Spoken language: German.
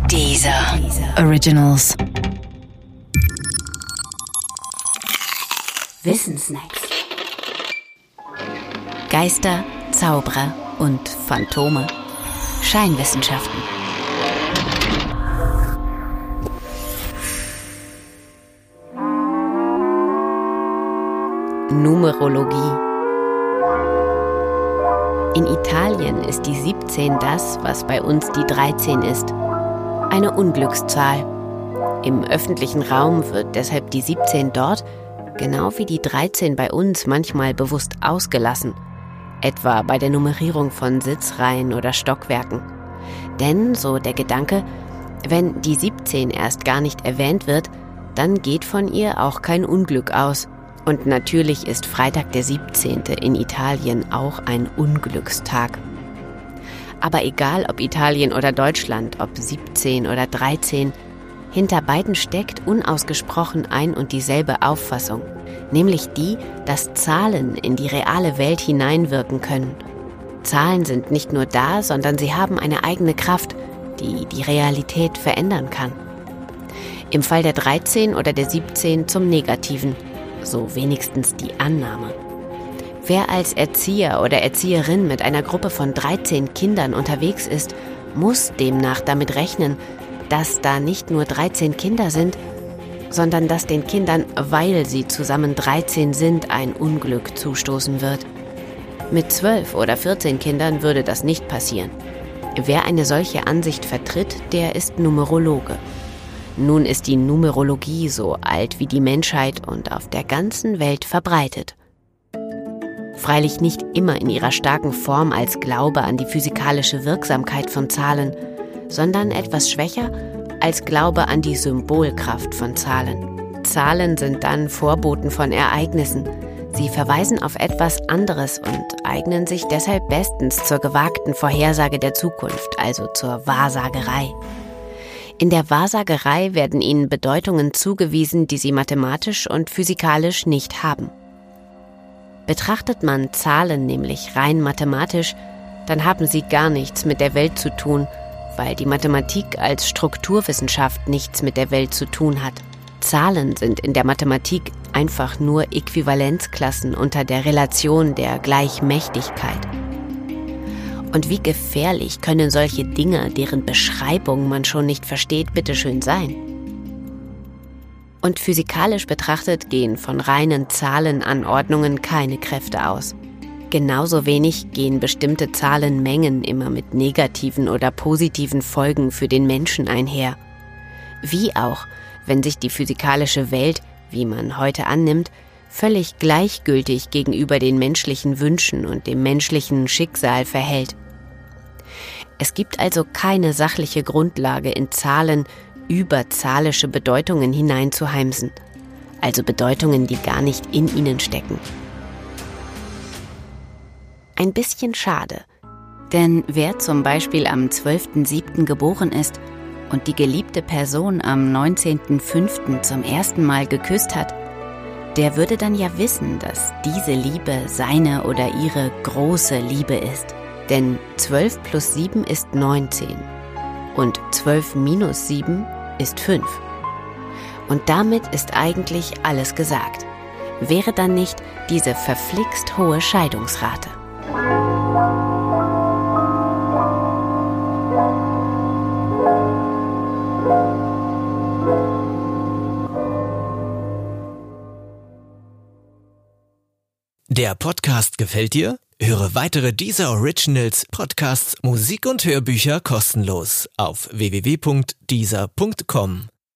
Deezer Originals. Wissensnacks. Geister, Zauberer und Phantome. Scheinwissenschaften. Numerologie. In Italien ist die 17 das, was bei uns die 13 ist. Eine Unglückszahl. Im öffentlichen Raum wird deshalb die 17 dort, genau wie die 13 bei uns, manchmal bewusst ausgelassen. Etwa bei der Nummerierung von Sitzreihen oder Stockwerken. Denn, so der Gedanke, wenn die 17 erst gar nicht erwähnt wird, dann geht von ihr auch kein Unglück aus. Und natürlich ist Freitag der 17. in Italien auch ein Unglückstag. Aber egal ob Italien oder Deutschland, ob 17 oder 13, hinter beiden steckt unausgesprochen ein und dieselbe Auffassung, nämlich die, dass Zahlen in die reale Welt hineinwirken können. Zahlen sind nicht nur da, sondern sie haben eine eigene Kraft, die die Realität verändern kann. Im Fall der 13 oder der 17 zum Negativen. So wenigstens die Annahme. Wer als Erzieher oder Erzieherin mit einer Gruppe von 13 Kindern unterwegs ist, muss demnach damit rechnen, dass da nicht nur 13 Kinder sind, sondern dass den Kindern, weil sie zusammen 13 sind, ein Unglück zustoßen wird. Mit 12 oder 14 Kindern würde das nicht passieren. Wer eine solche Ansicht vertritt, der ist Numerologe. Nun ist die Numerologie so alt wie die Menschheit und auf der ganzen Welt verbreitet. Freilich nicht immer in ihrer starken Form als Glaube an die physikalische Wirksamkeit von Zahlen, sondern etwas schwächer als Glaube an die Symbolkraft von Zahlen. Zahlen sind dann Vorboten von Ereignissen. Sie verweisen auf etwas anderes und eignen sich deshalb bestens zur gewagten Vorhersage der Zukunft, also zur Wahrsagerei. In der Wahrsagerei werden ihnen Bedeutungen zugewiesen, die sie mathematisch und physikalisch nicht haben. Betrachtet man Zahlen nämlich rein mathematisch, dann haben sie gar nichts mit der Welt zu tun, weil die Mathematik als Strukturwissenschaft nichts mit der Welt zu tun hat. Zahlen sind in der Mathematik einfach nur Äquivalenzklassen unter der Relation der Gleichmächtigkeit. Und wie gefährlich können solche Dinge, deren Beschreibung man schon nicht versteht, bitteschön sein? Und physikalisch betrachtet gehen von reinen Zahlenanordnungen keine Kräfte aus. Genauso wenig gehen bestimmte Zahlenmengen immer mit negativen oder positiven Folgen für den Menschen einher. Wie auch, wenn sich die physikalische Welt, wie man heute annimmt, völlig gleichgültig gegenüber den menschlichen Wünschen und dem menschlichen Schicksal verhält. Es gibt also keine sachliche Grundlage in Zahlen überzahlische Bedeutungen hineinzuheimsen, also Bedeutungen, die gar nicht in ihnen stecken. Ein bisschen schade, denn wer zum Beispiel am 12.07. geboren ist und die geliebte Person am 19.05. zum ersten Mal geküsst hat, der würde dann ja wissen, dass diese Liebe seine oder ihre große Liebe ist. Denn 12 plus 7 ist 19 und 12 minus 7 ist 5. Und damit ist eigentlich alles gesagt. Wäre dann nicht diese verflixt hohe Scheidungsrate. Der Podcast gefällt dir? Höre weitere Deezer Originals, Podcasts, Musik und Hörbücher kostenlos auf www.deezer.com.